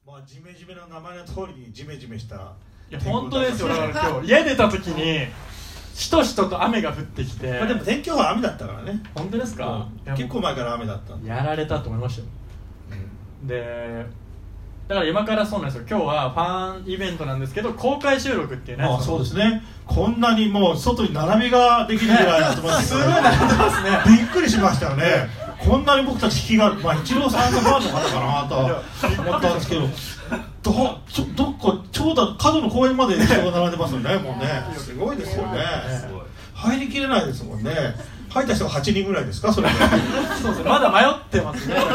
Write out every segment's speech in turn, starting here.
まあジメジメの名前の通りにジメジメした。 いや本当ですよ。だから今日家出た時にしとしとと雨が降ってきて、 まあ、でも天気予報は雨だったからね。 本当ですか？ 結構前から雨だったんでやられたと思いましたよ、でだから今からそうなんですよ。今日はファンイベントなんですけど公開収録っていうね。 そうですね。こんなにもう外に並びができるぐらい集まってすごい並んでますね。 びっくりしましたよね。こんなに僕たち引きが、まあ、イチローさんがファンの方かなとは思ったんですけど、どっかちょうど角の公園まで人が並んでますよね。もうねすごいですよね。入りきれないですもんね。入った人が8人ぐらいですか、それで。 そうですね、まだ迷ってますね。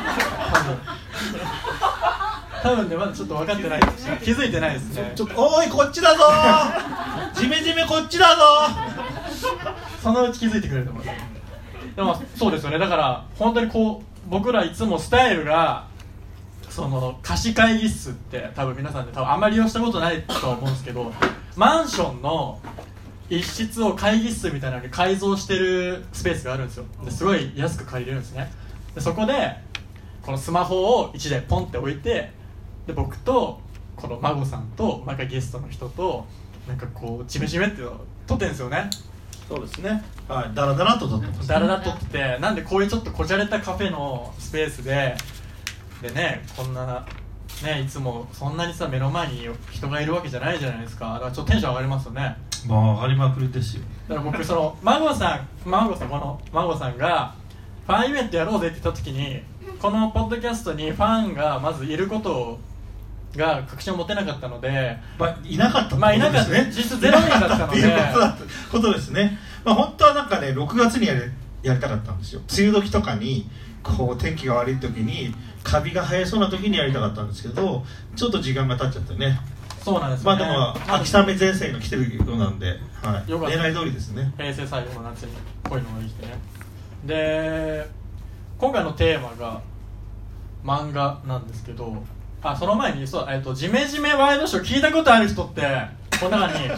多分ね、まだちょっと分かってないですね。気づいてないですね。 ちょっとおいこっちだぞージメジメこっちだぞーそのうち気づいてくれると思います。でもそうですよね。だから本当にこう僕らいつもスタイルがその貸し会議室って多分皆さんで多分あんまり利用したことないと思うんですけど、マンションの一室を会議室みたいなのに改造してるスペースがあるんですよ。ですごい安く借りれるんですね。でそこでこのスマホを1台ポンって置いて、で僕とこの孫さんと毎回ゲストの人となんかこうジメジメっていうのを撮ってるんですよね。 そうですね、はい、だらだらと撮ってます、ね、 だらだらと撮って、なんでこういうちょっとこじゃれたカフェのスペースでね、こんなね、いつもそんなにさ目の前に人がいるわけじゃないじゃないですか。だからちょっとテンション上がりますよね。 まあ上がりまくりですよ。 だから僕その孫さんこの孫さんがファンイベントやろうぜって言った時に、このポッドキャストにファンがまずいることが確信を持てなかったので、 まあ、いなかったってことですね。実質0人だったのでことですね。まあ、本当はなんかね6月にやりたかったんですよ。梅雨時とかにこう天気が悪い時にカビが生えそうな時にやりたかったんですけど、ちょっと時間が経っちゃってね。 そうなんですよね。 まあでも秋雨前線が来てるようなんで、はい、狙い通りですね。 平成最後の夏にこういうのができてね。で今回のテーマが漫画なんですけど、その前にジメジメワイドショー聞いたことある人ってこの中に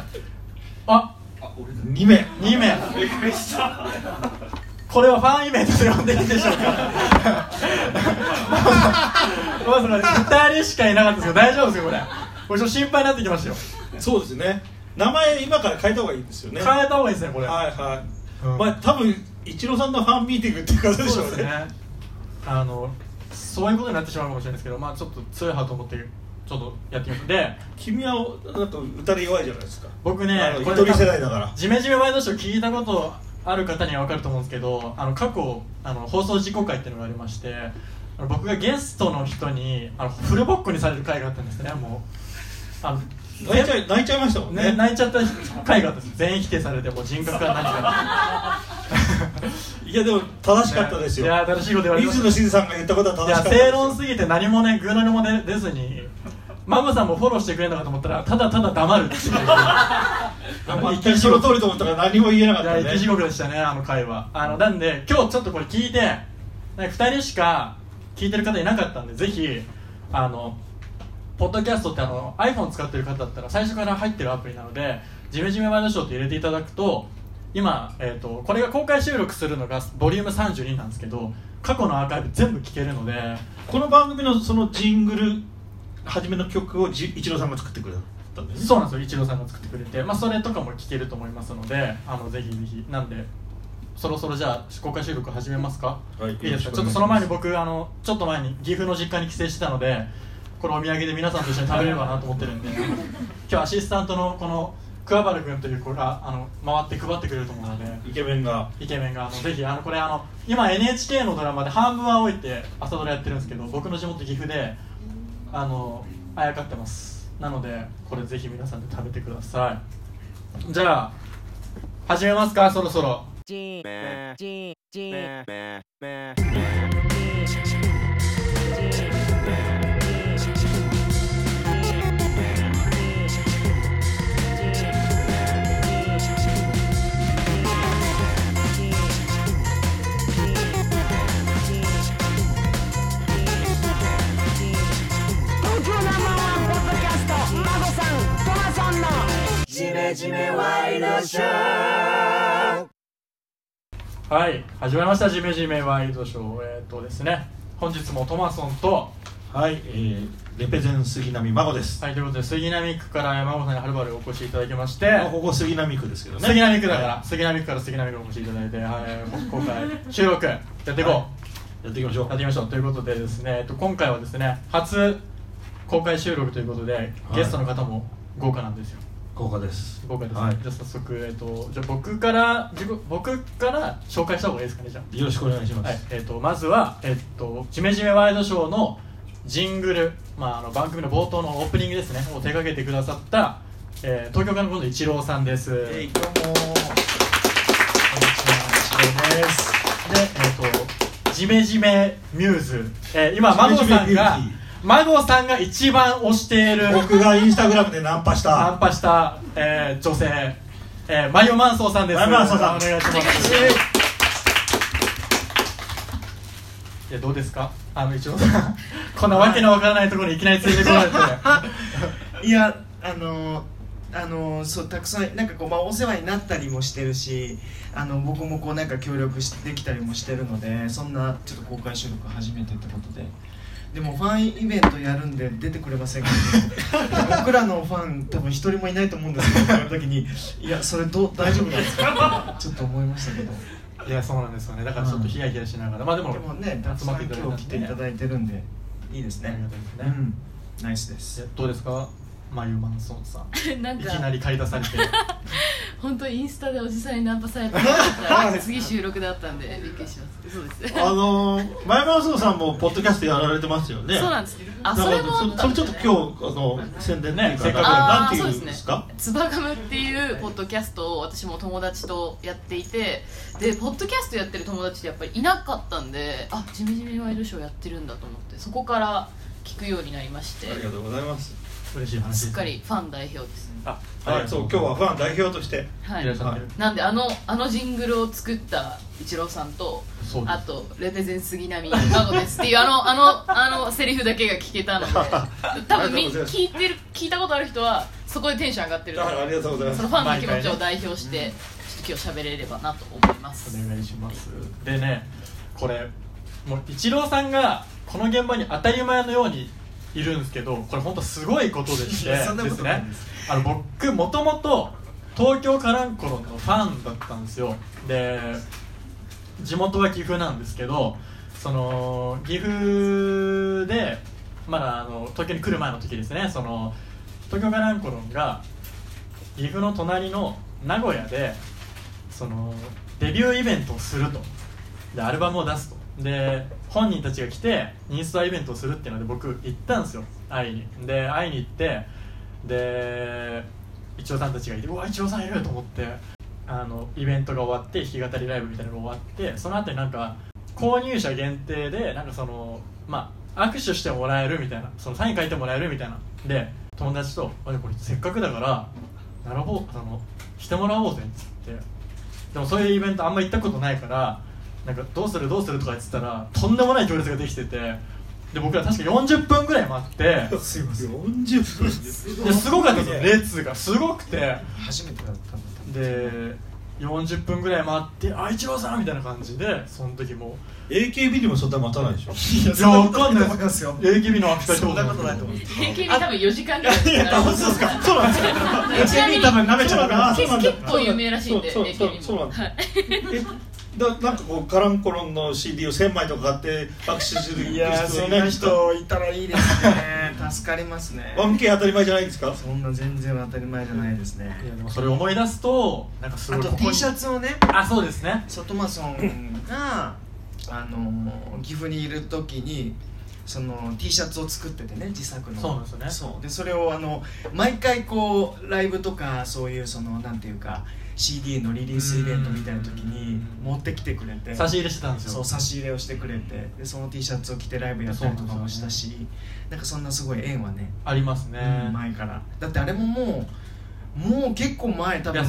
2名びっくりした。これはファンイベントで呼んでいいんでしょうか。まず2人しかいなかったですけど大丈夫ですか。これちょっと心配になってきましたよ。 そうですね、名前今から変えた方がいいですよね。 変えた方がいいですねこれ。 はいはい、まあ多分イチローさんのファンミーティングっていうことでしょうね。 そうですね、そういうことになってしまうかもしれないですけど、まあちょっと強い派と思ってちょっとやってみます。で君はなんと歌で弱いじゃないですか。 僕ねこれ世代だからジメジメワイドショー聞いたことある方には分かると思うんですけど、過去放送事故会っていうのがありまして、僕がゲストの人にフルボッコにされる回があったんですね。もう泣いちゃいましたもんね。 泣いちゃった回があったんです。全員否定されて、もう人格は何かいやでも正しかったですよ。 いや正しいこと言われました。 水野静さんが言ったことは正しかったですよ。 いや正論すぎて何もねグーの音も出ずに、マムさんもフォローしてくれるのかと思ったらただただ黙るっていう全くその通りと思ったから何も言えなかったね。 いや生き地獄でしたね、回は。なんで今日ちょっとこれ聞いて2人しか聞いてる方いなかったんで、ぜひポッドキャストってiPhone 使ってる方だったら最初から入ってるアプリなので、ジメジメワイドショーって入れていただくと、今、これが公開収録するのがボリューム32なんですけど、過去のアーカイブ全部聞けるので、 この番組のそのジングル初めの曲をイチローさんが作ってくれたんですね。 そうなんですよ、イチローさんが作ってくれて、それとかも聞けると思いますので、ぜひぜひ。なんでそろそろじゃあ公開収録始めますか。 はい、いいですか。ちょっとその前に僕ちょっと前に岐阜の実家に帰省してたので、これお土産で皆さんと一緒に食べれればなと思ってるんで、今日アシスタントのこの桑原君という子が回って配ってくれると思うので、 イケメンがぜひこれ今 NHK のドラマで半分青いって朝ドラやってるんですけど、僕の地元岐阜であやかってます。なのでこれぜひ皆さんで食べてください。じゃあ始めますか。そろそろジメジメワイドショー。 はい、始まりましたジメジメワイドショー。ですね、本日もトマソンとはい、レペゼン杉並孫です。 はい、ということで杉並区から孫さんにはるばるお越しいただきまして、 ここ杉並区ですけどね。 杉並区だから、杉並区から杉並区にお越しいただいて、はい、今回収録やっていこう、 やっていきましょう。 やっていきましょうということでですね、今回はですね初公開収録ということで、ゲストの方も豪華なんですよ。 豪華です。 豪華です、 はい、 じゃあ早速、じゃあ僕から紹介した方がいいですかね。じゃあよろしくお願いします。 はい、まずは、ジメジメワイドショーのジングル、番組の冒頭のオープニングですねを手掛けてくださった、東京からの今度イチローさんです。 どうもこんにちは、イチローです。で、ジメジメミューズ、今孫さんが一番推している、 僕がインスタグラムでナンパした、 女性、マヨマンソーさんです。 マヨマンソーさん、 お願いします。いや、どうですか、イチローさんこんなわけのわからないところにいきなりついてこられていや、そう、たくさんなんかこう、お世話になったりもしてるし、僕もこうなんか協力できたりもしてるので、そんなちょっと公開収録初めてってことで。でもファンイベントやるんで出てくれませんか僕らのファン多分一人もいないと思うんですけど、その時にいや、それ大丈夫なんですかちょっと思いましたけど。 いや、そうなんですよね。だからちょっとヒヤヒヤしながら、でもね、たくさん今日来ていただいてるんでいいですね。ナイスです。 どうですか、マユマンソンさんなんかいきなり借り出されて本当インスタでおじさんにナンパされた次収録だったんでびっくりします。そうです。 マユマンソンさんもポッドキャストやられてますよね。 そうなんです。それもそれちょっと今日宣伝ね、せっかくなんていうんですか、 つばガムっていうポッドキャストを私も友達とやっていて、でポッドキャストやってる友達ってやっぱりいなかったんで、ジメジメワイドショーやってるんだと思って、そこから聞くようになりまして、 ありがとうございます。 嬉しい話です。 すっかりファン代表です。 そう、今日はファン代表としてはい、 いらっしゃってる。 なんであのジングルを作ったイチローさんと、あとレペゼン杉並孫ですっていうセリフだけが聞けたので、多分聞いたことある人はそこでテンション上がってるので、 ありがとうございます。 そのファンの気持ちを代表して、ちょっと今日喋れればなと思います。 お願いします。でね、これもうイチローさんがこの現場に当たり前のようにいるんですけど、これ本当すごいことでしてですね、僕もともと東京カランコロンのファンだったんですよ。で地元は岐阜なんですけど、その岐阜でまだ東京に来る前の時ですね、その東京カランコロンが岐阜の隣の名古屋でそのデビューイベントをすると、でアルバムを出すと、で本人たちが来てインスタイベントをするっていうので僕行ったんですよ、会いに行って、でイチローさんたちがいて、うわイチローさんいると思って、イベントが終わって弾き語りライブみたいなのが終わって、その後になんか購入者限定でなんかその握手してもらえるみたいな、そのサイン書いてもらえるみたいなで、友達とこれせっかくだからしてもらおうぜっつって、でもそういうイベントあんま行ったことないから、なんかどうするとか言ってたらとんでもない行列ができてて、で僕ら確か40分ぐらい待ってすいません、40分ですごかったんですよ、列がすごくて、 初めてだったんだ。 で40分ぐらい待って、イチローさんみたいな感じで、その時も AKB にもそんな待たないでしょ。 いや、わかんないですよ。 AKB の扱いってことそんなことないと思う。 AKB 多分4時間ぐらいそうですか。そうなんですよ。 AKB 多分舐めちゃうから。 結構有名らしいんで、AKB そうなんです。なんかこうカランコロンの CD を1000枚とか買って握手する。 いや、そんな人いたらいいですね。助かりますね。 1K 当たり前じゃないんですか。 そんな全然当たり前じゃないですね。 いや、でもそれを思い出すとなんかすごい。 あと T シャツをね、 そうですね、 ソトマソンが岐阜にいる時にその T シャツを作っててね、自作の。 そうなんですよね。 そうで、それを毎回こうライブとかそういうそのなんていうか CD のリリースイベントみたいな時に持ってきてくれて、 差し入れしてたんですよ。 そう、差し入れをしてくれて、でその T シャツを着てライブやったりとかもしたし、なんかそんなすごい縁はねありますね、 前から。だってあれももう結構前、多分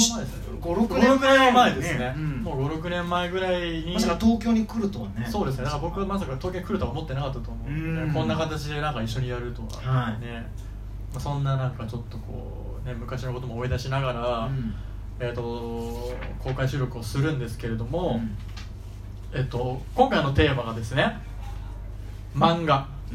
5、6年前ですね、もう5、6年前ぐらいに。 まさか東京に来るとはね。 そうですね、だから僕はまさか東京に来るとは思ってなかったと思う、こんな形でなんか一緒にやるとはね、そんななんかちょっとこうね、昔のことも思い出しながら、公開収録をするんですけれども、今回のテーマがですね、漫画、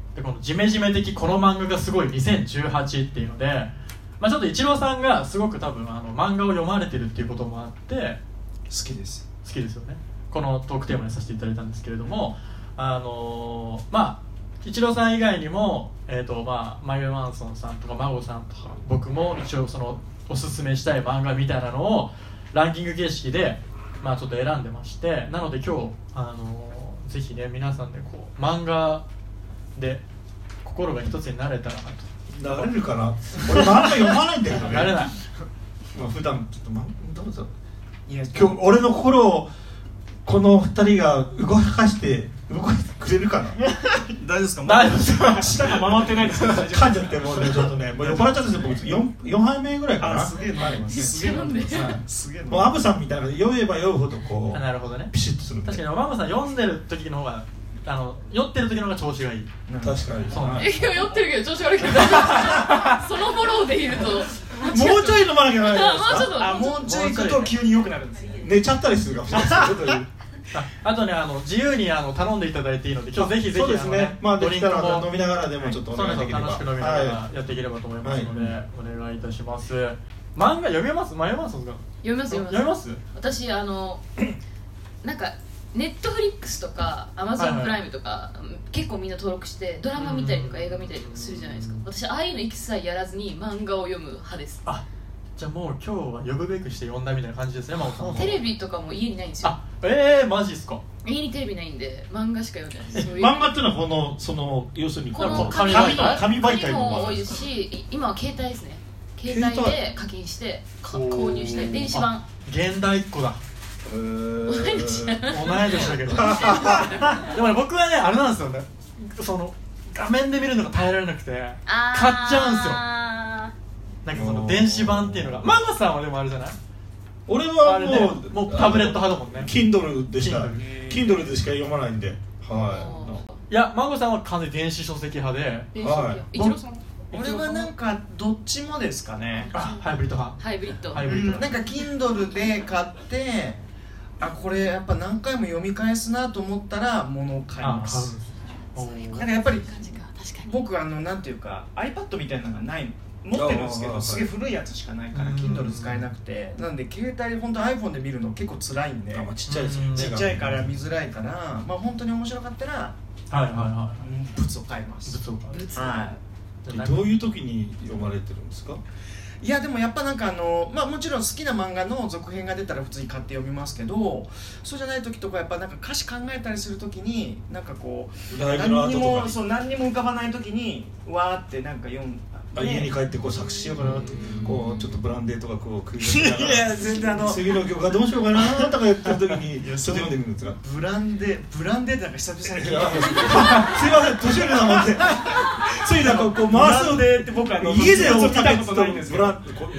でこのジメジメ的この漫画がすごい2018っていうので、まあ、ちょっとイチローさんがすごく多分漫画を読まれてるっていうこともあって好きですよね。このトークテーマにさせていただいたんですけれども、まあイチローさん以外にも、マイウェイ・マンソンさんとかマゴさんとか僕も一応そのおすすめしたい漫画みたいなのをランキング形式で、まあ、ちょっと選んでまして、なので今日、ぜひね皆さんでこう漫画で心が一つになれたらなと。 なれるかな。俺漫画読まないんだけどね。 なれない。 まあ普段ちょっとどうぞ。 いや今日俺の心をこの二人が動かしてくれるかな。 大丈夫ですか？ 大丈夫ですか？ 舌が回ってないですか？ 噛んじゃってもうねちょっとねもう酔っ払っちゃって僕4杯目ぐらいかな。 すげえなりますすげえなんですげえもうアブさんみたいな酔えば酔うほどこうなるほどね。 ピシッとする。 確かにマゴさん読んでる時の方が酔ってる時の方が調子がいい。 確かに。 そうね。 今日酔ってるけど調子悪いけどそのフォローで言うともうちょい飲まなきゃならないですか。 もうちょっともうちょい行くと急に良くなるんですよ。 寝ちゃったりするかもしれないですけど。 あとね自由に頼んでいただいていいので今日ぜひぜひそうですね。まあできたらドリンクも飲みながらでもちょっとお願いできれば。 楽しく飲みながらやっていければと思いますので、お願いいたします。漫画読めます？迷いますか？ 読みます読みます？ 私なんかネットフリックスとかアマゾンプライムとか、結構みんな登録してドラマ見たりとか映画見たりとかするじゃないですか。私ああいうの一切やらずに漫画を読む派です。 じゃあもう今日は呼ぶべくして呼んだみたいな感じですね、真央さんも。 テレビとかも家にないんですよ。 マジっすか？ 家にテレビないんで漫画しか読んでないです。 漫画っていうのはその要するにこの紙媒体も多いですし、今は携帯ですね。携帯で課金して購入して電子版。 現代っ子だ。 同い年だけどでもね僕はねあれなんですよね、その画面で見るのが耐えられなくて買っちゃうんですよ。なんかその電子版っていうのがマゴさんはでもあれじゃない？ 俺はもうタブレット派だもんね。 Kindle でしか Kindle でしか読まないんで。 いやマゴさんは完全に電子書籍派で。 イチローさん俺はなんかどっちもですかね。 ハイブリッド派。 ハイブリッド。 なんか Kindle で買ってこれやっぱ何回も読み返すなと思ったら物を買います。なんかやっぱり僕なんていうか iPad みたいなのがない持ってるんですけどすげえ古いやつしかないから Kindle 使えなくて、なんで携帯本当 iPhone で見るの結構辛いんで、 ちっちゃいですよね。 ちっちゃいから見づらいから、まあ本当に面白かったら物を買います。 どういう時に読まれてるんですか？ いやでもやっぱなんかまあもちろん好きな漫画の続編が出たら普通に買って読みますけど、そうじゃない時とかやっぱなんか歌詞考えたりする時になんかこう何にも浮かばない時にわーってなんか読ん家に帰ってこう作詞しようかなってこうちょっとブランデーとかこう食い出しながらいや全然次の曲はどうしようかなとか言ってる時にちょっと読んでみるんですか？ ブランデーってなんか久々に聞いた。すいません年寄りなもんでついなんかこう回すのでって僕家で見たことないんですけど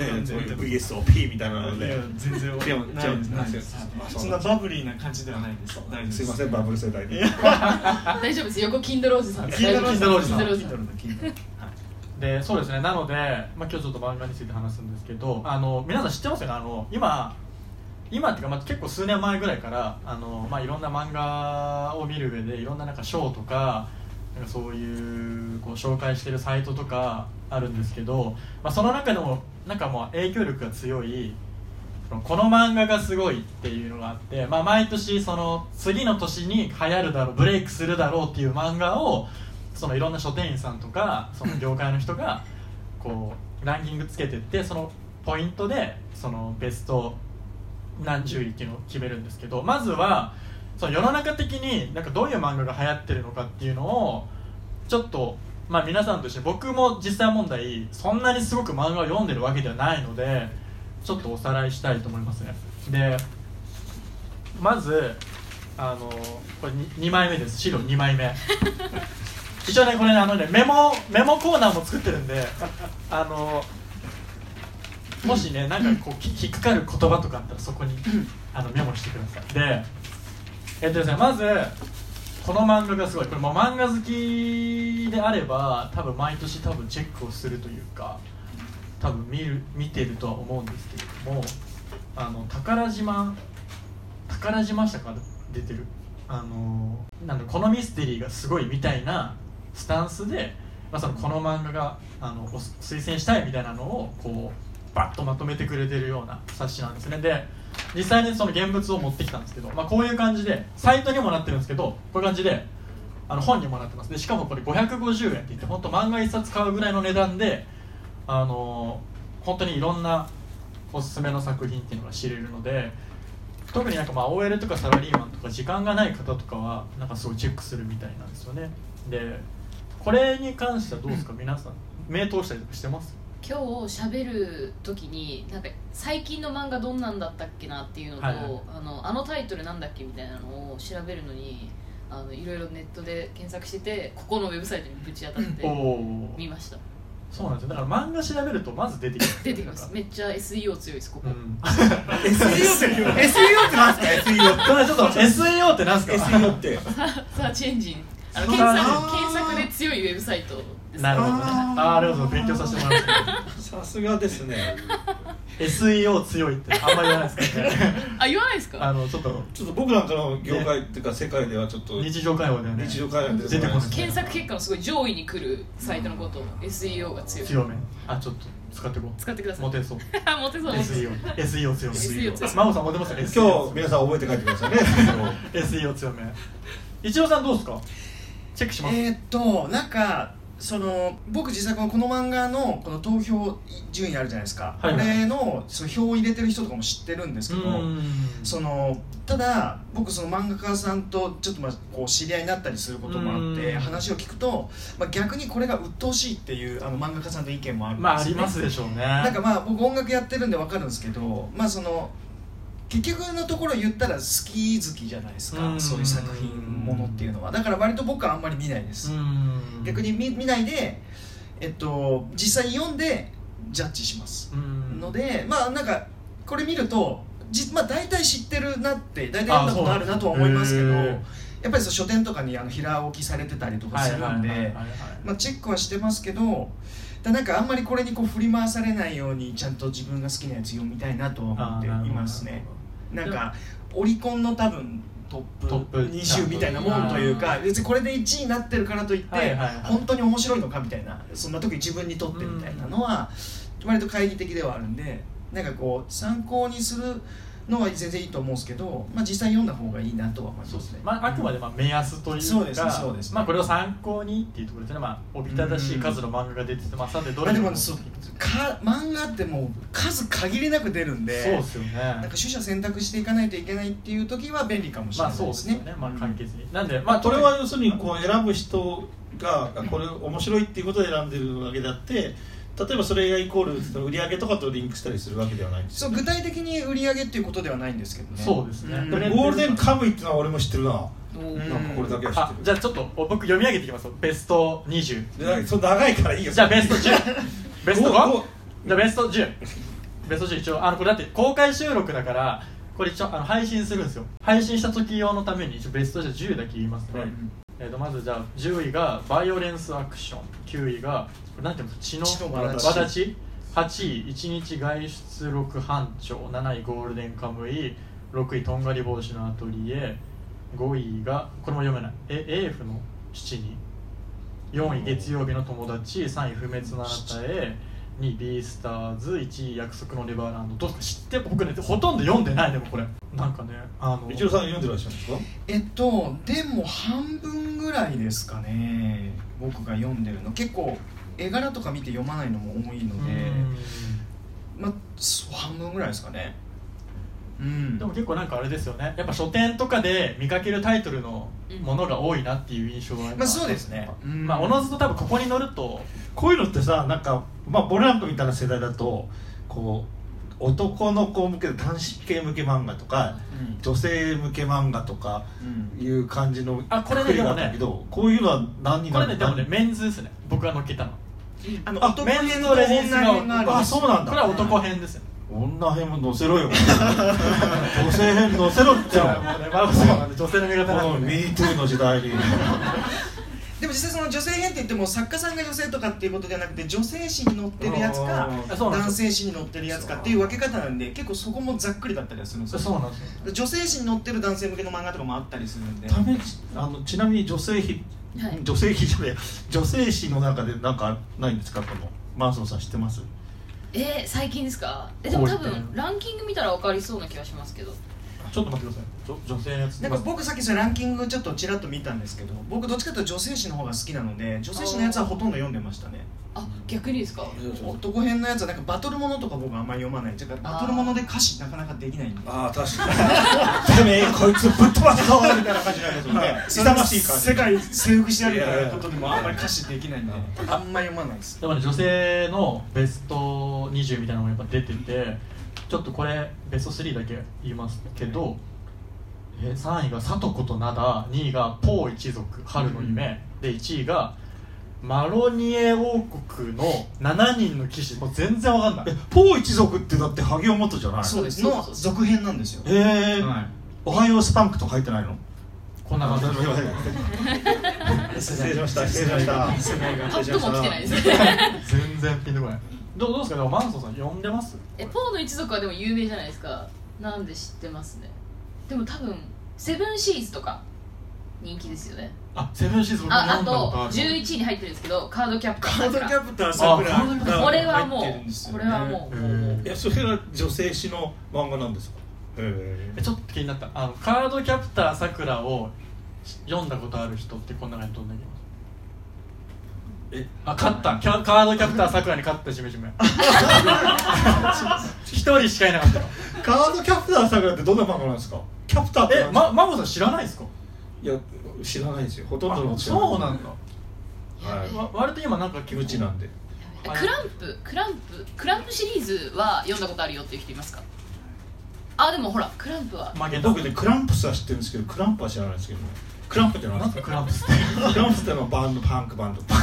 VSOP みたいなので全然ないです。そんなバブリーな感じではないです。 すいませんバブル世代に大丈夫です。横Kindleおじさん。 Kindleおじさんで、そうですね。なので、今日ちょっと漫画について話すんですけど、皆さん知ってますよね。今っていうか、結構数年前ぐらいからいろんな漫画を見る上でいろんななんか賞とかなんかそういうこう紹介してるサイトとかあるんですけど、その中でもなんかもう影響力が強いこの漫画がすごいっていうのがあって、毎年その次の年に流行るだろうブレイクするだろうっていう漫画をそのいろんな書店員さんとかその業界の人がこうランキングつけてってそのポイントでそのベスト何十位っていうのを決めるんですけど、まずはその世の中的になんかどういう漫画が流行ってるのかっていうのをちょっと皆さんとして僕も実際問題そんなにすごく漫画を読んでるわけではないのでちょっとおさらいしたいと思いますね。でまずこれ 2枚目です。資料2枚目一応ねこれメモコーナーも作ってるんでもしねなんかこう引っかかる言葉とかあったらそこにメモしてください。でですね、まずこの漫画がすごいこれもう漫画好きであれば多分毎年チェックをするというか多分見てるとは思うんですけれども宝島社から出てるなんだこのミステリーがすごいみたいなスタンスで、そのこの漫画が推薦したいみたいなのをこうバッとまとめてくれてるような冊子なんですね。で実際にその現物を持ってきたんですけど、こういう感じでサイトにもなってるんですけど、こういう感じで本にもなってます。でしかもこれ550円って言って本当漫画1冊買うぐらいの値段で本当にいろんなおすすめの作品っていうのが知れるので、特になんかOL とかサラリーマンとか時間がない方とかはなんかすごいチェックするみたいなんですよね。でこれに関してはどうですか、皆さん目通したりとかしてます？ 今日喋る時になんか最近の漫画どんなんだったっけなっていうのと、あのタイトルなんだっけみたいなのを調べるのにいろいろネットで検索してて、ここのウェブサイトにぶち当たって見ました。 そうなんですよ。だから漫画調べるとまず出てきます。 出てきます。めっちゃ SEO 強いです、ここ。 SEO ってなんすか？ SEO ちょっと SEO ってなんすか？ SEO ってサーチエンジン、検索で強いウェブサイトです。 なるほどね。ありがとうございます。勉強させてもらいました。さすがですね。 SEO 強いってあんまり言わないですかね。 言わないですか？ ちょっと僕なんかの業界っていうか世界ではちょっと日常会話ではね。 日常会話で出てこない。 検索結果のすごい上位に来るサイトのことを SEO が強い。 強め。ちょっと使ってこう。 使ってください。 モテそう。 モテそう。 SEO 強め。 SEO 強め。 真帆さんモテますよね。 今日皆さん覚えて帰ってくださいね。 SEO 強め。一郎さんどうですか？チェックします？ なんか僕実際この漫画のこの投票順位あるじゃないですか、これの票を入れてる人とかも知ってるんですけど、ただ僕その漫画家さんとちょっとこう知り合いになったりすることもあって話を聞くと、逆にこれが鬱陶しいっていう漫画家さんの意見もあるんですよね。 ありますでしょうね。 なんか僕音楽やってるんで分かるんですけど、結局のところ言ったら好き好きじゃないですか、そういう作品ものっていうのは。だから割と僕はあんまり見ないです。逆に見ないで、実際読んでジャッジしますので、なんかこれ見ると大体知ってるなって、大体読んだことあるなとは思いますけど、やっぱり書店とかに平置きされてたりとかするんでチェックはしてますけど、なんかあんまりこれに振り回されないようにちゃんと自分が好きなやつ読みたいなとは思っていますね。なんかオリコンの多分トップ20みたいなもんというか、別にこれで1位になってるからといって本当に面白いのかみたいな、そんな時自分にとってみたいなのは割と懐疑的ではあるんで、なんかこう参考にするのは全然いいと思うんですけど、実際読んだ方がいいなとは思いますね。 あくまで目安というか、 そうですね、 これを参考にっていうところですね。おびただしい数の漫画が出てて、さてどれでも漫画ってもう数限りなく出るんで、 そうですよね。 なんか取捨選択していかないといけないっていう時は便利かもしれないですね。 簡潔に。なんでこれは要するにこう選ぶ人がこれ面白いっていうことで選んでるわけであって、例えばそれがイコール売り上げとかとリンクしたりするわけではないんですよね。 具体的に売り上げっていうことではないんですけどね。 そうですね。 でもゴールデンカムイっていうのは俺も知ってるな。なんかこれだけは知ってる。 じゃあちょっと僕読み上げていきますよ。ベスト20。 それ長いからいいよ。 じゃあベスト10。ベスト 5？ じゃあベスト10。ベスト10一応これだって公開収録だからこれ一応配信するんですよ。配信した時用のために一応ベスト10だけ言いますね。まずじゃあ10位がバイオレンスアクション、9位がなんていうの血の轍、8位1日外出録班長、7位ゴールデンカムイ、6位とんがり帽子のアトリエ、5位がこれも読めないAF の7人、4位月曜日の友達、3位不滅のあなたへ、2位ビースターズ、1位約束のネバーランド。どうですか？知って僕ねほとんど読んでない。でもこれなんかね一郎さん読んでらっしゃるんですか？ でも半分ぐらいですかね。僕が読んでるの結構絵柄とか見て読まないのも多いので、半分ぐらいですかね。 でも結構なんかあれですよね、やっぱ書店とかで見かけるタイトルのものが多いなっていう印象はそうですね。 おのずと多分ここに載るとこういうのってさ、なんか僕なんかみたいな世代だとこう男の子向け男子系向け漫画とか、女性向け漫画とかいう感じのこれねでもね、 こういうのは何になるの？ これねでもねメンズですね。僕が載っけたのメンズのレディースがそうなんだ。 これは男編ですよ。 女編も載せろよ。女性編載せろって。 女性の味方なんで、ね、 MeToo の時代に。 でも実際その女性編って言っても作家さんが女性とかっていうことじゃなくて、女性誌に載ってるやつか男性誌に載ってるやつかっていう分け方なんで、結構そこもざっくりだったりはするんですよ。 そうなんですよ。 女性誌に載ってる男性向けの漫画とかもあったりするんで。 ちなみに女性誌はい女性誌じゃない女性誌の中でなんかないんですか？このマンソンさん知ってます？ 最近ですか？でも多こう言って分ランキング見たら分かりそうな気がしますけど。 ちょっと待ってください。女性のやつなんか僕さっきそれランキングちょっとちらっと見たんですけど、僕どっちかというと女性誌の方が好きなので女性誌のやつはほとんど読んでましたね。 あ、逆にですか？ 男編のやつはなんかバトルものとか僕あんまり読まない。だからバトルもので歌詞なかなかできないんで。 ああ確かにてめえこいつぶっ飛ばすぞみたいな感じになりますもんね。勇ましい感じ。 世界征服してやるみたいなことでもあんまり歌詞できないんであんまり読まないです。 だから女性のベスト20みたいなのがやっぱ出てて、ちょっとこれベスト3だけ言いますけど、3位がサトコとナダ、2位がポー一族春の夢、で1位がマロニエ王国の7人の騎士。もう全然わかんない。 ポー一族ってだって萩尾元じゃない？ そうですの続編なんですよ。 はい、おはようスパンクとか入ってないの？ こんな感じ。 失礼しました失礼しました。 パッとも来てないですね。 全然ピンとこない。どうですか？でもマンソンさん読んでます？ ポーの一族はでも有名じゃないですか。なんで知ってますね。でも多分セブンシーズとか人気ですよね。 あ、セブンシーズ僕あ読んだことある。 と11位に入ってるんですけど、カードキャプターカードキさくャプターさくらがこれはもう入ってるんですよね。 これはもういやそれが女性誌の漫画なんですか？ ちょっと気になった。カードキャプターさくらを読んだことある人ってこの中にどんだけいます？勝ったカードキャプターさくらに勝ったしめしめ一人しかいなかったよ。 カードキャプターさくらってどんな漫画なんですか？キャプターってマゴさん知らないですか？ いや知らないですよ。ほとんどの知らない。 そうなんだ。割と今なんか無知なんで。 クランプシリーズは読んだことあるよっていう人いますか？あ、でもほらクランプは僕ねクランプスは知ってるんですけどクランプは知らないですけどね。クランプって何ですか？ クランプスってクランプスってのはバンドパンクバンド。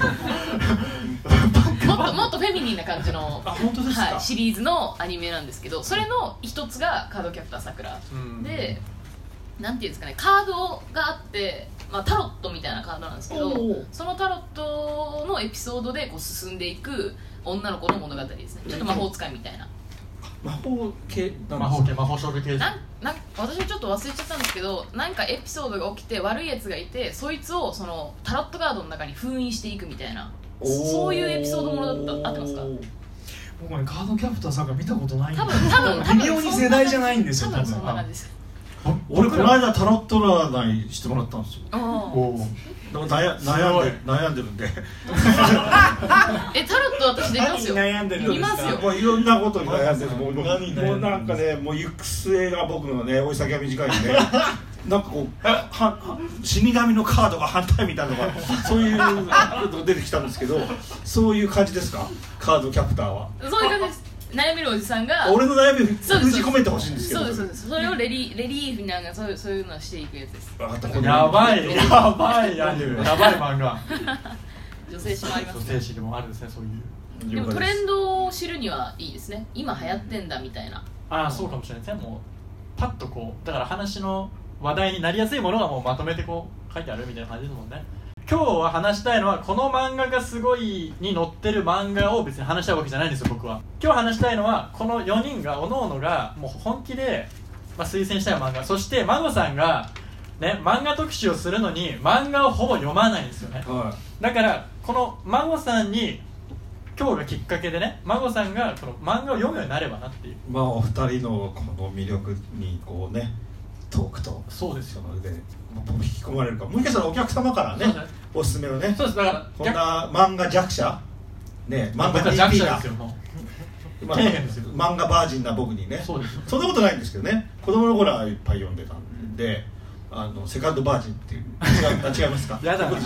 もっとフェミニンな感じのあ、本当ですか？ はい、シリーズのアニメなんですけど、それの一つがカードキャプターさくらで、なんていうんですかね、カードがあって、タロットみたいなカードなんですけど、そのタロットのエピソードでこう進んでいく女の子の物語ですね。ちょっと魔法使いみたいな。 魔法系魔法少女系。 私もちょっと忘れちゃったんですけど、なんかエピソードが起きて悪いやつがいて、そいつをそのタロットカードの中に封印していくみたいな、そういうエピソードものだった。合ってますか？ 僕ねカードキャプターさんが見たことないんで多分微妙に世代じゃないんですよ。 多分そんな感じです。 俺この間タロット占いしてもらったんですよ。悩んでるんで。 タロット私できますよ。 悩んでるんですか？ 見ますよ。 もういろんなことに悩んでる。もうなんかね、もう行く末が僕のね追い先が短いんで、なんかこう死神のカードが反対みたいなのがそういうのが出てきたんですけど、そういう感じですか？カードキャプターは。 そういう感じです。悩めるおじさんが俺の悩みを封じ込めてほしいんですけど。 そうです。それをレリーフになんかそういうのをしていくやつです。 やばいアニメ、やばい漫画。 女性誌もあります。 女性誌でもあるんですね、そういう。 でもトレンドを知るにはいいですね。今流行ってんだみたいな。 そうかもしれないですね。もうパッとこうだから話の話題になりやすいものがもうまとめてこう書いてあるみたいな感じですもんね。今日は話したいのはこの漫画がすごいに載ってる漫画を別に話したいわけじゃないんですよ。僕は今日話したいのはこの4人が各々がもう本気で、推薦したい漫画、そしてマゴさんがね漫画特集をするのに漫画をほぼ読まないんですよね、だからこのマゴさんに今日がきっかけでね、マゴさんがこの漫画を読むようになればなっていう、 お二人のこの魅力にこうねトークとそうですよので引き込まれるか、もしかしたらお客様からねおすすめをね、 そうです。だからこんな漫画弱者ね、漫画 DP がですよ、もう底辺ですよ。 漫画バージンな僕にね、 そうです。 そんなことないんですけどね、子供の頃はいっぱい読んでたんで、セカンドバージンっていう違いますか？ やだな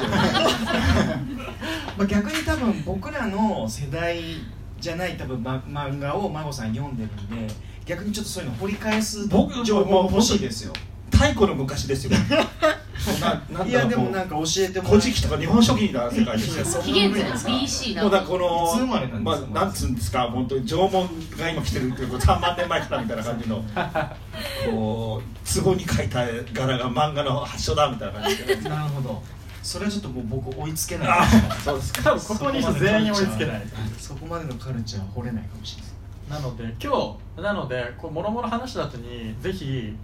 逆に多分僕らの世代じゃない多分、漫画を孫さん読んでるんで、逆にちょっとそういうの掘り返す情報欲しいですよ。 太古の昔ですよ。 いやでもなんか教えても古事記とか日本書紀な世界ですよ。 紀元前 BC もうだこのいつ生まれなんですか？ なんつうんですか、本当に縄文が今来てるっていう3万年前からみたいな感じのこう壺に描いた柄が漫画の発祥だみたいな感じで。 なるほど。それはちょっともう僕追いつけない。 そうですか。 多分ここにいる全員追いつけない。 そこまでのカルチャーは掘れないかもしれない。 なのでこうもろもろ話した後にぜひ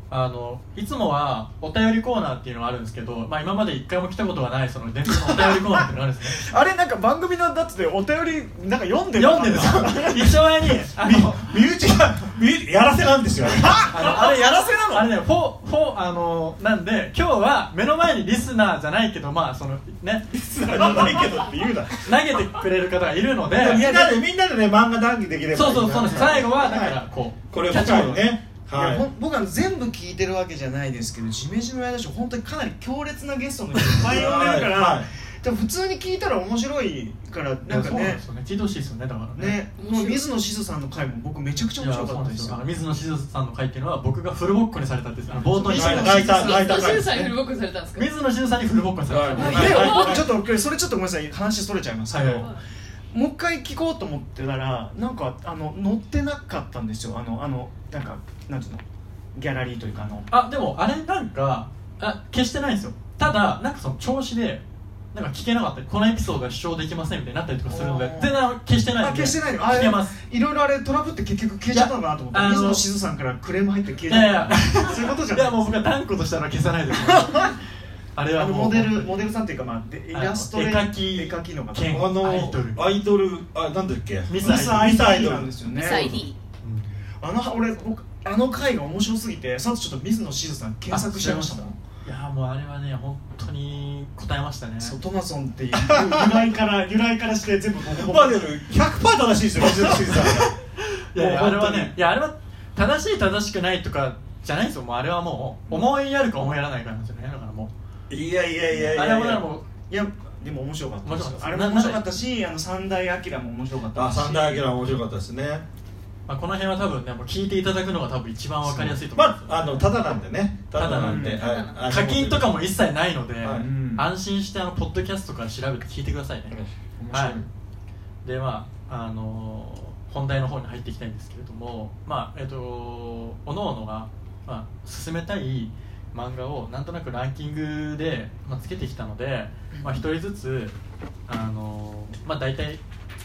いつもはお便りコーナーっていうのがあるんですけど、まあ、今まで一回も来たことがないその伝説のお便りコーナーっていうのがあるんですねあれなんか番組のだってお便りなんか読んでる読んでるんですよ一応前に身内がやらせなんですよあれやらせなのあれねなんで今日は目の前にリスナーじゃないけどまあそのねリスナーじゃないけどって言うな投げてくれる方がいるのでみんなでね漫画談義できればそうです最後はだからこうこれを機会にね僕は全部聞いてるわけじゃないですけどジメジメワイドショー本当にかなり強烈なゲストもいっぱい呼んでるからでも普通に聞いたら面白いからなんかね聞いてほしいですよねだからねもう水野しずさんの回も僕めちゃくちゃ面白かったですよ水野しずさんの回っていうのは僕がフルボッコにされたんです冒頭に水野しずさんにフルボッコにされたんですか水野しずさんにフルボッコにされたちょっとそれちょっとごめんなさい話それちゃいますけどもう一回聞こうと思ってたらなんか載ってなかったんですよなんかなんていうのギャラリーというかでもあれなんか消してないんですよただなんかその調子でなんか聞けなかったりこのエピソードが視聴できませんみたいになったりとかするので全然消してないんで消してないの聞けますいろいろあれトラブって結局消えちゃったのかなと思って水野しずさんからクレーム入って消えちゃったそういうことじゃないいやもう僕は断固としたら消さないですあれはモデルさんっていうか、まあ、イラストレ絵描きの方アイドルなんだっけミスアイドルなんですよねミス ID 僕あの回が面白すぎてその後ちょっと水野しずさん検索しちゃいましたもんいやもうあれはね本当に答えましたねトマソンっていう由来からして全部まあでも 100% 正しいですよ水野しずさんいやあれはねあれは正しい正しくないとかじゃないですよもうあれはもう思いやるか思いやらないかなんですよねだからもういやあれはもういやでも面白かったですあれも面白かったし三大明も面白かったし三大明も面白かったですねこの辺は多分ねもう聞いていただくのが多分一番分かりやすいと思いますただなんでねただなんで課金とかも一切ないので安心してポッドキャストから調べて聞いてくださいねはいで本題の方に入っていきたいんですけれどもおのおのが進めたい漫画をなんとなくランキングでつけてきたので一人ずつ大体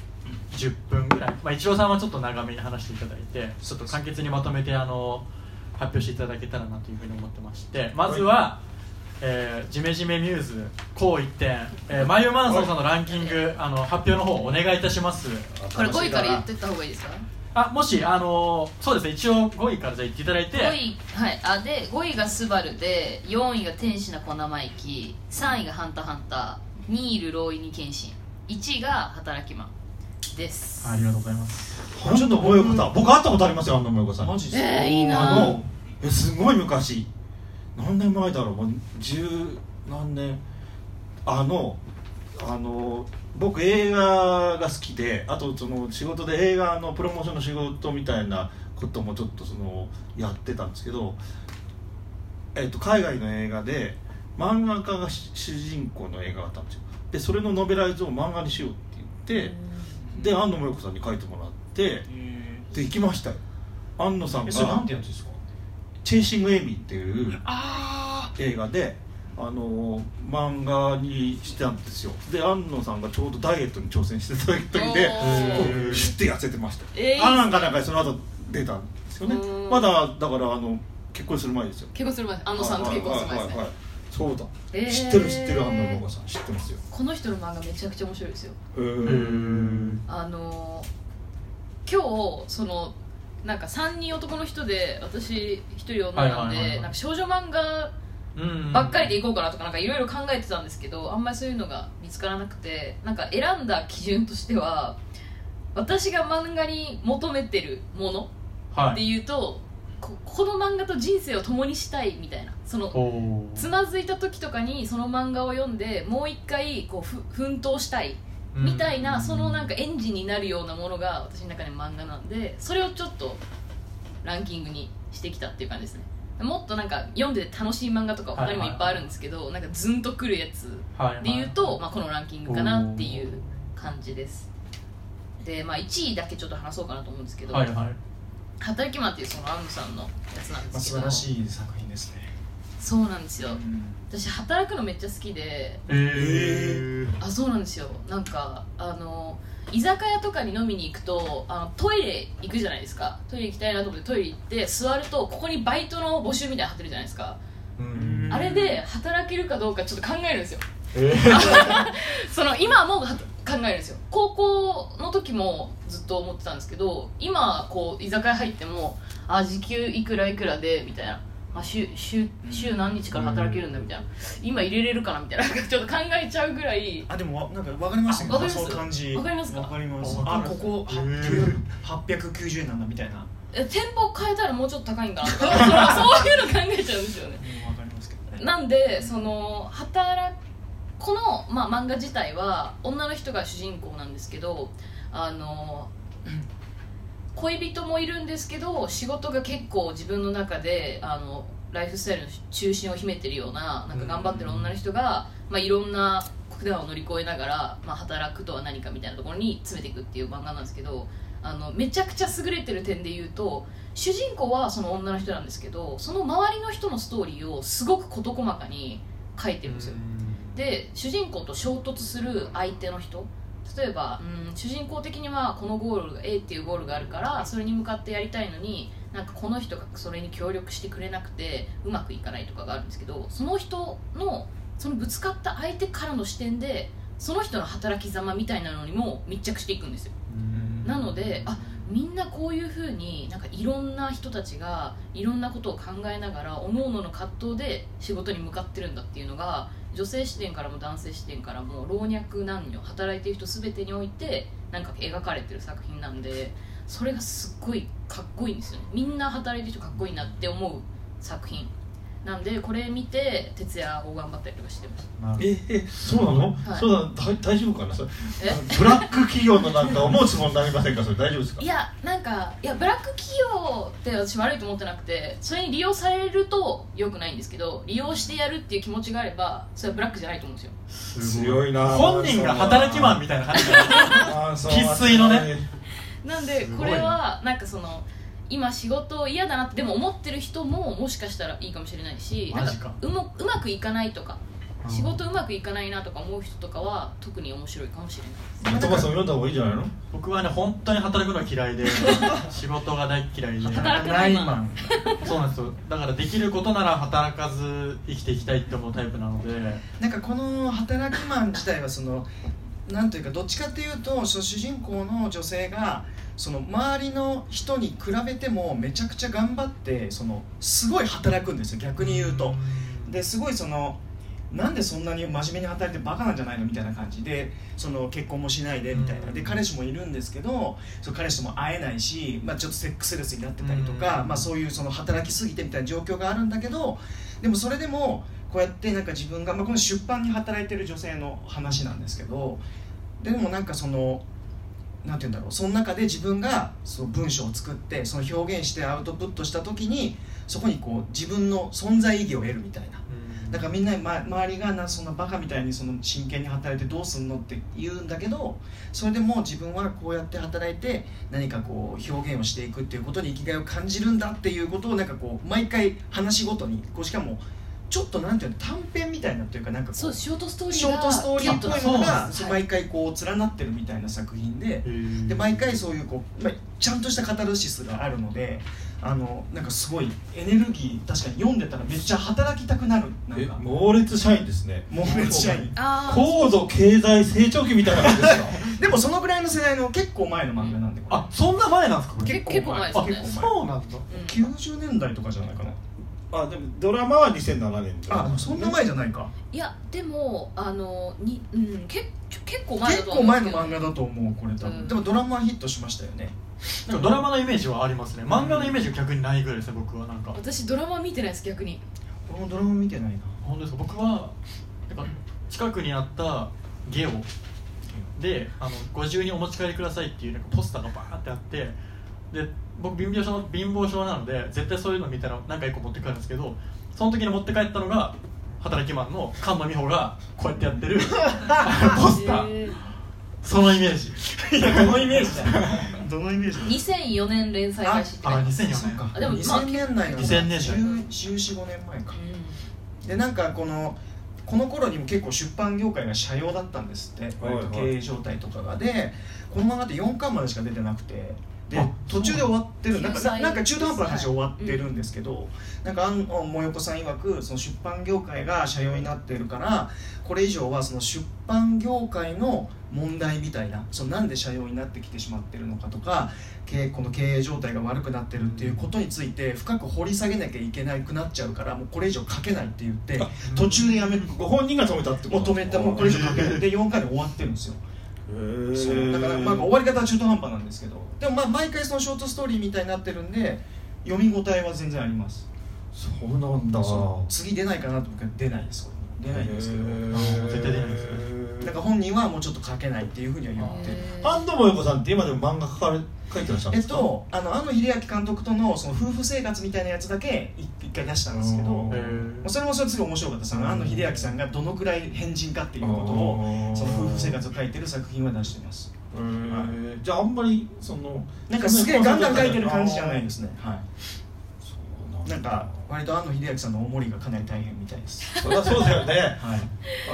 10分ぐらい、一郎さんはちょっと長めに話していただいてちょっと簡潔にまとめて発表していただけたらなというふうに思ってましてまずは、ジメジメミューズこう一点、マユマンソンさんのランキング発表の方お願いいたします。 これ5位から言ってった方がいいですか？ もしそうですね一応5位からじゃあ言っていただいて 5位はいで5位がスバルで4位が天使の粉まいき3位がハンターハンター2位ルローイニケンシン1位が働きマンです。 ありがとうございます。 ちょっと萌子さん僕会ったことありますよ萌子さんマジですか？ いいなすごい昔何年前だろうもう十何年僕映画が好きであとその仕事で映画のプロモーションの仕事みたいなこともちょっとやってたんですけど、海外の映画で漫画家が主人公の映画があったんですよ。でそれのノベライズを漫画にしようって言ってで安野萌子さんに書いてもらってで行きましたよ。安野さんがそれなんてやつですか？ チェイシング・エミっていう映画で漫画にしてたんですよ。で安野さんがちょうどダイエットに挑戦してた時でシュッて痩せてました。なんかその後出たんですよね。まだだから結婚する前ですよ。 結婚する前安野さんと結婚する前ですね。 そうだ、知ってる安野萌子さん知ってますよ。 この人の漫画めちゃくちゃ面白いですよ。今日なんか3人男の人で私1人女なんでなんか少女漫画ばっかりでいこうかなとかなんかいろいろ考えてたんですけどあんまりそういうのが見つからなくてなんか選んだ基準としては私が漫画に求めてるものっていうと、この漫画と人生を共にしたいみたいなつまずいた時とかにその漫画を読んでもう一回奮闘したいみたいななんかエンジンになるようなものが私の中で漫画なんでそれをちょっとランキングにしてきたっていう感じですね。もっとなんか読んで楽しい漫画とか他にもいっぱいあるんですけどなんかズンとくるやつでいうとこのランキングかなっていう感じです。で1位だけちょっと話そうかなと思うんですけど働きマンっていうその安野さんのやつなんですけど素晴らしい作品ですね。 そうなんですよ。私働くのめっちゃ好きでそうなんですよ。なんか居酒屋とかに飲みに行くとトイレ行くじゃないですか。トイレ行きたいなと思ってトイレ行って座ると、ここにバイトの募集みたいなの貼ってるじゃないですか。あれで働けるかどうかちょっと考えるんですよ。今はもう考えるんですよ。高校の時もずっと思ってたんですけど、今こう居酒屋入っても時給いくらいくらでみたいな、週何日から働けるんだみたいな、今入れれるかなみたいなちょっと考えちゃうぐらい。 でもなんか分かりましたけど、そういう感じ。 分かりますか？ 分かります。ここ890円なんだみたいな。 店舗変えたらもうちょっと高いんかなとかそういうの考えちゃうんですよね。 分かりますけどね。 なんでこの、漫画自体は女の人が主人公なんですけど、恋人もいるんですけど、仕事が結構自分の中でライフスタイルの中心を秘めてるような、なんか頑張ってる女の人が、いろんな苦難を乗り越えながら、働くとは何かみたいなところに詰めていくっていう漫画なんですけど、めちゃくちゃ優れてる点で言うと、主人公はその女の人なんですけど、その周りの人のストーリーをすごく事細かに書いてるんですよ。で、主人公と衝突する相手の人、例えば主人公的にはこのゴールが A っていうゴールがあるから、それに向かってやりたいのに、なんかこの人がそれに協力してくれなくてうまくいかないとかがあるんですけど、その人のそのぶつかった相手からの視点で、その人の働き様みたいなのにも密着していくんですよ。なのでみんなこういう風になんかいろんな人たちがいろんなことを考えながら各々の葛藤で仕事に向かってるんだっていうのが、女性視点からも男性視点からも老若男女働いてる人全てにおいてなんか描かれてる作品なんで、それがすっごいかっこいいんですよね。みんな働いてる人かっこいいなって思う作品なんで、これ見て徹夜を頑張ったりとかしてます。そうなの？そうだ、大丈夫かなそれ。ブラック企業のなんか思うつもりになりませんか？それ大丈夫ですか？ いや、ブラック企業って私悪いと思ってなくて、それに利用されると良くないんですけど、利用してやるっていう気持ちがあればそれはブラックじゃないと思うんですよ。強いな。 本人が働きマンみたいな感じ生粋のね。 なんでこれはなんか今仕事嫌だなってでも思ってる人ももしかしたらいいかもしれないし、なんかうまくいかないとか、仕事うまくいかないなとか思う人とかは特に面白いかもしれないです。 トマさん読んだ方がいいんじゃないの？ 僕はね、本当に働くのが嫌いで仕事が大嫌いで働くないマンそうなんですよ。だからできることなら働かず生きていきたいって思うタイプなので、 なんかこの働きマン自体はなんというかどっちかっていうと、主人公の女性が周りの人に比べてもめちゃくちゃ頑張ってすごい働くんですよ、逆に言うと。ですごいなんでそんなに真面目に働いてバカなんじゃないのみたいな感じで、結婚もしないでみたいなで、彼氏もいるんですけど、彼氏とも会えないし、ちょっとセックスレスになってたりとか、そういう働きすぎてみたいな状況があるんだけど、でもそれでもこうやってなんか自分が、この出版に働いてる女性の話なんですけど、でもなんかなんていうんだろう、その中で自分が文章を作って表現してアウトプットした時に、そこに自分の存在意義を得るみたいな。だからみんな、周りがそんなバカみたいに真剣に働いてどうすんのって言うんだけど、それでも自分はこうやって働いて何か表現をしていくっていうことに生きがいを感じるんだっていうことをなんか毎回話ごとにしかもちょっとなんていうの、短編みたいなというか、なんかそうショートストーリーっぽいものが毎回連なってるみたいな作品で、毎回そういうちゃんとしたカタルシスがあるので、なんかすごいエネルギー、確かに読んでたらめっちゃ働きたくなる。なんか猛烈社員ですね。 猛烈社員、 高度経済成長期みたいな感じですか？ でもそのぐらいの世代の結構前の漫画なんで、 そんな前なんですか？ 結構前ですね。 そうなんだ。 90年代とかじゃないかな。 でもドラマは2007年でもそんな前じゃないか。 いやでも結構前だと思う。 結構前の漫画だと思う、これ多分。でもドラマはヒットしましたよね。 なんかドラマのイメージはありますね。漫画のイメージは逆にないぐらいですね、僕は。なんか私ドラマ見てないです、逆に。 俺もドラマ見てないな。 本当ですか？僕はなんか近くにあったゲオでご自由にお持ち帰りくださいっていうなんかポスターがバーってあって、で僕貧乏症なので絶対そういうの見たら何か1個持って帰るんですけど、その時に持って帰ったのが働きマンの菅野美穂がこうやってやってるポスター。そのイメージ。 いや、どのイメージだよ。どのイメージ ？2004年連載開始って。 2004年。 そうか。でも2000年代の 2000年代。 14、15年前か。でなんかここの頃にも結構出版業界が斜陽だったんですって、割と経営状態とかが。でこの漫画って4巻までしか出てなくて、で途中で終わってる、なんか中途半端な話で終わってるんですけど、なんかもよこさん曰くその出版業界が斜陽になっているから、これ以上はその出版業界の問題みたいな、そのなんで斜陽になってきてしまってるのかとか、この経営状態が悪くなってるっていうことについて深く掘り下げなきゃいけなくなっちゃうから、もうこれ以上書けないって言って途中でやめる。 ご本人が止めたってこと？ 止めた、もうこれ以上書けないで4巻で終わってるんですよ。そうだからまあ終わり方は中途半端なんですけど、でもまあ毎回そのショートストーリーみたいになってるんで読み応えは全然あります。 そうなんだ。 次出ないかなと思うけど出ないです。出ないんですけど、 絶対出ないですよ。 なんか本人はもうちょっと書けないっていうふうには言ってる。 安藤萌子さんって今でも漫画描いてらっしゃるんですか？ 庵野秀明監督とのその夫婦生活みたいなやつだけ一回出したんですけど、それもそれすごい面白かったです。庵野秀明さんがどのくらい変人かっていうことを、その夫婦生活を書いてる作品は出してます。 じゃああんまりそのなんかすげえガンガン書いてる感じじゃないですね。はい。なんか割と庵野秀明さんのおもりがかなり大変みたいです。 そりゃそうだよね。 はい。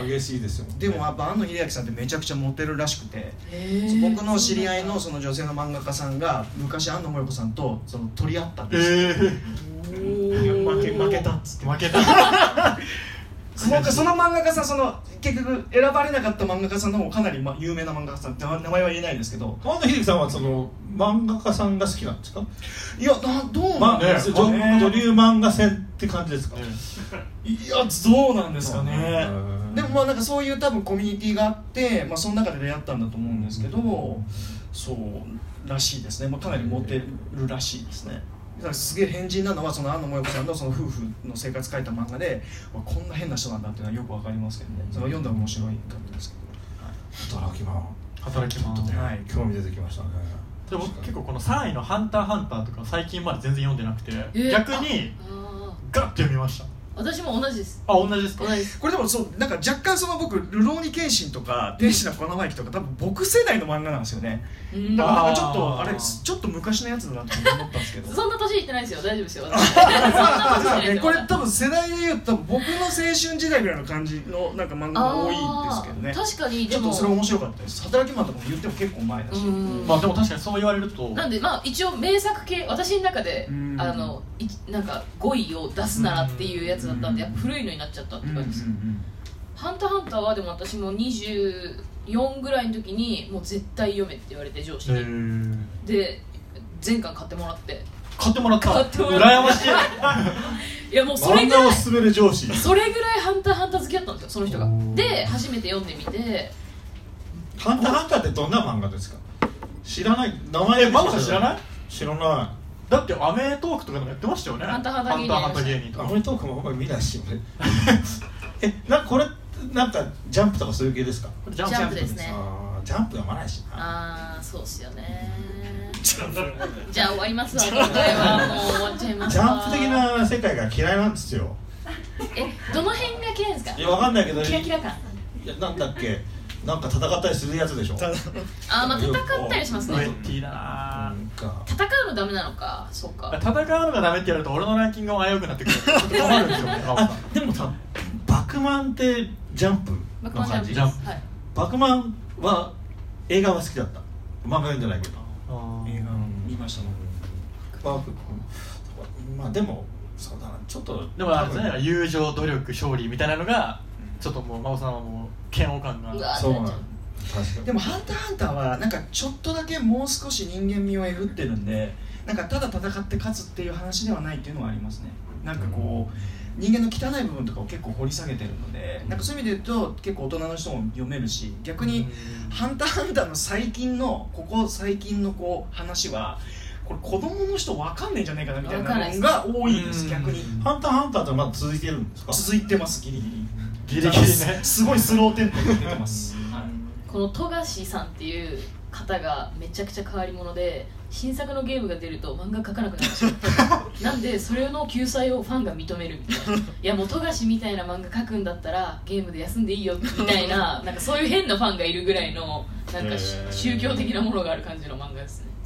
激しいですよ。 でもやっぱ庵野秀明さんってめちゃくちゃモテるらしくて、僕の知り合いのその女性の漫画家さんが昔庵野萌子さんとその取り合ったんですよ。負けたっつって。 負けた。 その漫画家さん、その結局選ばれなかった漫画家さんの方かなり有名な漫画家さんって名前は言えないですけど、 庵野秀樹さんはその漫画家さんが好きなんですか？ いやどうなんですかね。 女流漫画戦って感じですか？ いやどうなんですかね。でもまあなんかそういう多分コミュニティがあって、まあその中で出会ったんだと思うんですけど、そうらしいですね。まあかなりモテるらしいですね。だからすげえ変人なのはその庵野萌子さんのその夫婦の生活書いた漫画で、こんな変な人なんだっていうのはよくわかりますけどね。それを読んだら面白いかったですけど。 働きマン、 はい、 興味出てきましたね。 で僕結構この3位の「ハンター×ハンター」とか最近まで全然読んでなくて、逆にガッと読みました。 私も同じです。 同じですか？ 同じです。 これでもそうなんか若干その僕「流浪に剣心」とか「天使の粉巻」とか多分僕世代の漫画なんですよね。だからなんかちょっとあれちょっと昔のやつだなと思ったんですけど。 そんな年いってないですよ。大丈夫ですよ。そんな年いってないですよ。 これ多分世代でいうと僕の青春時代ぐらいの感じのなんか漫画が多いんですけどね。 確かに。 ちょっとそれ面白かったです。働きマンとかも言っても結構前だし。 まあでも確かにそう言われると。 なんでまあ一応名作系、私の中でなんか5位を出すならっていうやつだったんで、やっぱ古いのになっちゃったって感じです。ハンター×ハンターはでも私も24ぐらいの時にもう絶対読めって言われて、上司に。で全巻買ってもらって。 羨ましい。いやもうそれぐらい漫画を勧める上司。 それぐらいハンター×ハンター好きだったんですよ、その人が。で初めて読んでみて。 ハンター×ハンターってどんな漫画ですか？知らない。名前マコさん知らない？ 知らない。 だってアメトークとかでもやってましたよね。 ハンター×ハンター芸人とか。アメトークもあんまり見ないしこれなんかジャンプとかそういう系ですか？ ジャンプですね。 ジャンプ読まないしな。そうっすよね。じゃあ終わりますわ。今回はもう終わっちゃいます。 ジャンプ的な世界が嫌いなんですよ。 どの辺が嫌いですか？ いやわかんないけど。 キラキラ感。 いやなんだっけ。なんか戦ったりするやつでしょ。 まあ戦ったりしますね。 ウェッティだな。 戦うのダメなのか。そうか。 戦うのがダメってやると俺のランキングも危うくなってくる。ちょっと困るんですよね。 でもさ、バクマンってジャンプの感じ。バクマンは映画は好きだった。漫画読んでないけど。 映画見ましたね。 まあでもそうだな、ちょっとでもあれですね、友情努力勝利みたいなのがちょっともう真央さんはもう嫌悪感が。 そうなん。 でも「ハンター×ハンター」はなんかちょっとだけもう少し人間味をえぐってるんで、なんかただ戦って勝つっていう話ではないっていうのはありますね。なんかこう人間の汚い部分とかを結構掘り下げてるので、なんかそういう意味で言うと結構大人の人も読めるし、逆に「ハンター×ハンター」の最近のこう話はこれ子供の人分かんねえんじゃないかなみたいなのが多いんです。逆に 「ハンター×ハンター」ってまだ続いてるんですか？ 続いてます。ギリギリね。 すごいスローテンポで出てます。 この富樫さんっていう方がめちゃくちゃ変わり者で、新作のゲームが出ると漫画描かなくなるんですよ。なんでそれの救済をファンが認めるみたいな。いやもう富樫みたいな漫画描くんだったらゲームで休んでいいよみたいな、なんかそういう変なファンがいるぐらいのなんか宗教的なものがある感じの漫画ですね。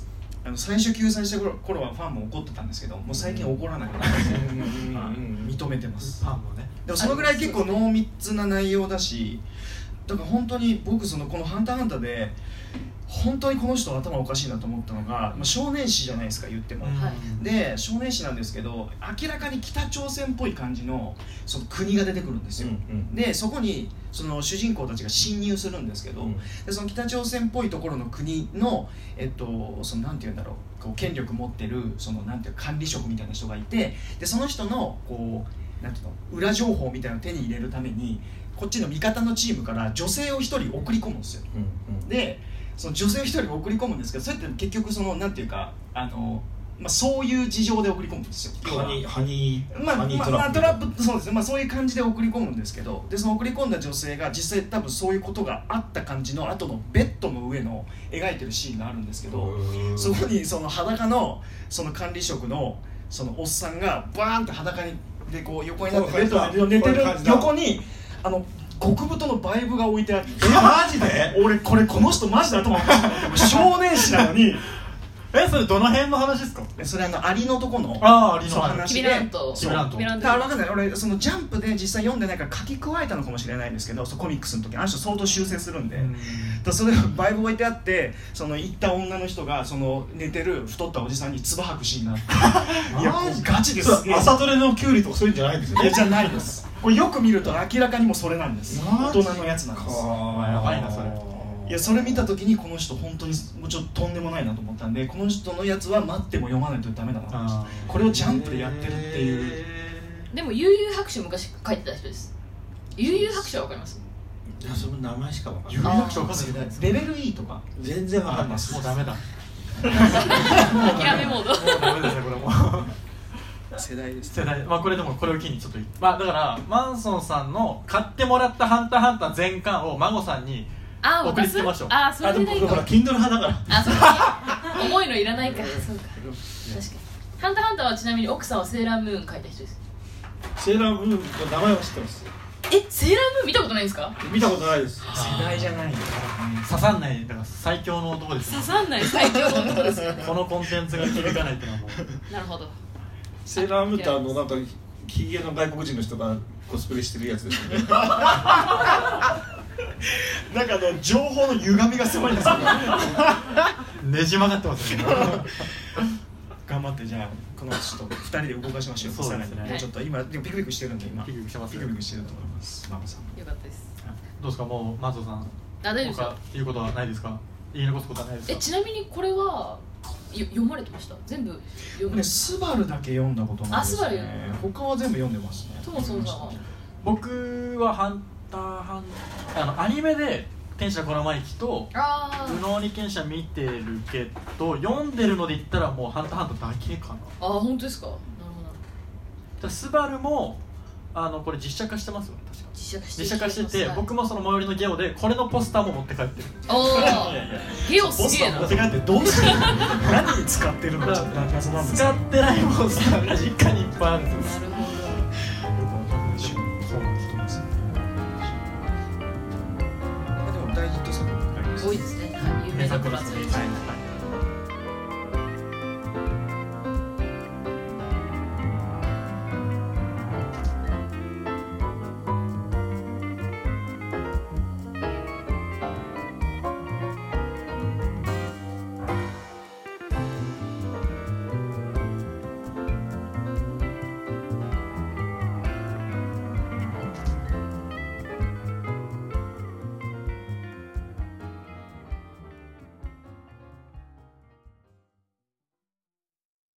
最初救済した頃はファンも怒ってたんですけど、もう最近怒らないようになって認めてます。 ファンもね。 でもそのぐらい結構濃密な内容だし、だから本当に僕この「ハンターハンター」で本当にこの人頭おかしいなと思ったのが、少年誌じゃないですか言っても、で少年誌なんですけど、明らかに北朝鮮っぽい感じのその国が出てくるんですよ、でそこにその主人公たちが侵入するんですけど、でその北朝鮮っぽいところの国のそのなんていうんだろう、こう権力持ってるそのなんていう管理職みたいな人がいて、でその人のこうなんていうの裏情報みたいなのを手に入れるためにこっちの味方のチームから女性を1人送り込むんですよ、でその女性を1人送り込むんですけど、それって結局そのなんていうかそういう事情で送り込むんですよ。 ハニートラップ、そうですね、そういう感じで送り込むんですけど、でその送り込んだ女性が実際多分そういうことがあった感じの後のベッドの上の描いてるシーンがあるんですけど、そこにその裸のその管理職のそのおっさんがバーンって裸にでこう横になってベッドで寝てる横に極太のバイブが置いてあって、 マジで俺この人マジで頭おかしくなって、少年誌なのにそれどの辺の話ですか？ それアリのとこのアリの話で、 キビラントキビラントだから分かんない、俺そのジャンプで実際読んでないから書き加えたのかもしれないんですけど、コミックスの時あの人相当修正するんで、それバイブ置いてあって、その行った女の人がその寝てる太ったおじさんに唾吐くシーンがあっていやガチです。 朝トレのキュウリとかそういうんじゃないんですよね。 じゃないです。これよく見ると明らかにもそれなんです。大人のやつなんです。 やばいなそれ。 いやそれ見た時にこの人本当にもうちょっととんでもないなと思ったんで、この人のやつは待っても読まないとダメだなと思いました。これをジャンプでやってるっていう。 でも悠々白書昔書いてた人です。悠々白書はわかります？ いやその名前しかわかんない。 悠々白書わかんない。 レベル E とか全然わかんないです。 もうダメだ。 諦めモード。 もうダメですねこれも。 世代です。 世代。これでもこれを機にちょっとだからマンソンさんの買ってもらったハンターハンター全巻を孫さんに送りつけましょう。 それでないか。 ほら Kindle 派だから。 そうか。重いのいらないから。そうか。確かに。ハンターハンターはちなみに奥さんはセーラームーン書いた人です。 セーラームーンの名前は知ってます。 セーラームーン見たことないですか？ 見たことないです。 世代じゃないよ。 刺さんないだから最強の男です。 刺さんない最強の男です。 このコンテンツが響かないっていうのはもう。 なるほど。 セーラームーンってなんかヒゲの外国人の人がコスプレしてるやつですよね。 なんか情報の歪みがすごいんですよね。 ねじ曲がってますね。 頑張ってじゃあこのちょっと2人で動かしましょう。 そうですね。 もうちょっと今でもピクピクしてるんで今。 ピクピクしてます。 ピクピクしてると思います。ママさん。 よかったです。 どうですかもうマンソンさん。 大丈夫ですか？ 言うことはないですか？言い残すことはないですか？ ちなみにこれは読まれてました？全部読んで。 スバルだけ読んだことないですね。 スバル。 他は全部読んでますね。 トモソンさんは？ 僕はハンターハンターアニメで天使の粉まいきとルノーニケンシャ見てるけど読んでるので言ったらもうハンターハンターだけかな。 本当ですか？なるほど。スバルもこれ実写化してますよね確か。実写化してて、僕もその最寄りのゲオでこれのポスターも持って帰ってる。 ゲオすげえな。 持って帰ってどうしてる？何に使ってるの？ 使ってないポスターが実家にいっぱいあるんです。 なるほど。 そうなんです。 でも大ヒット作ばっかりです。 多いですね。有名な子たち。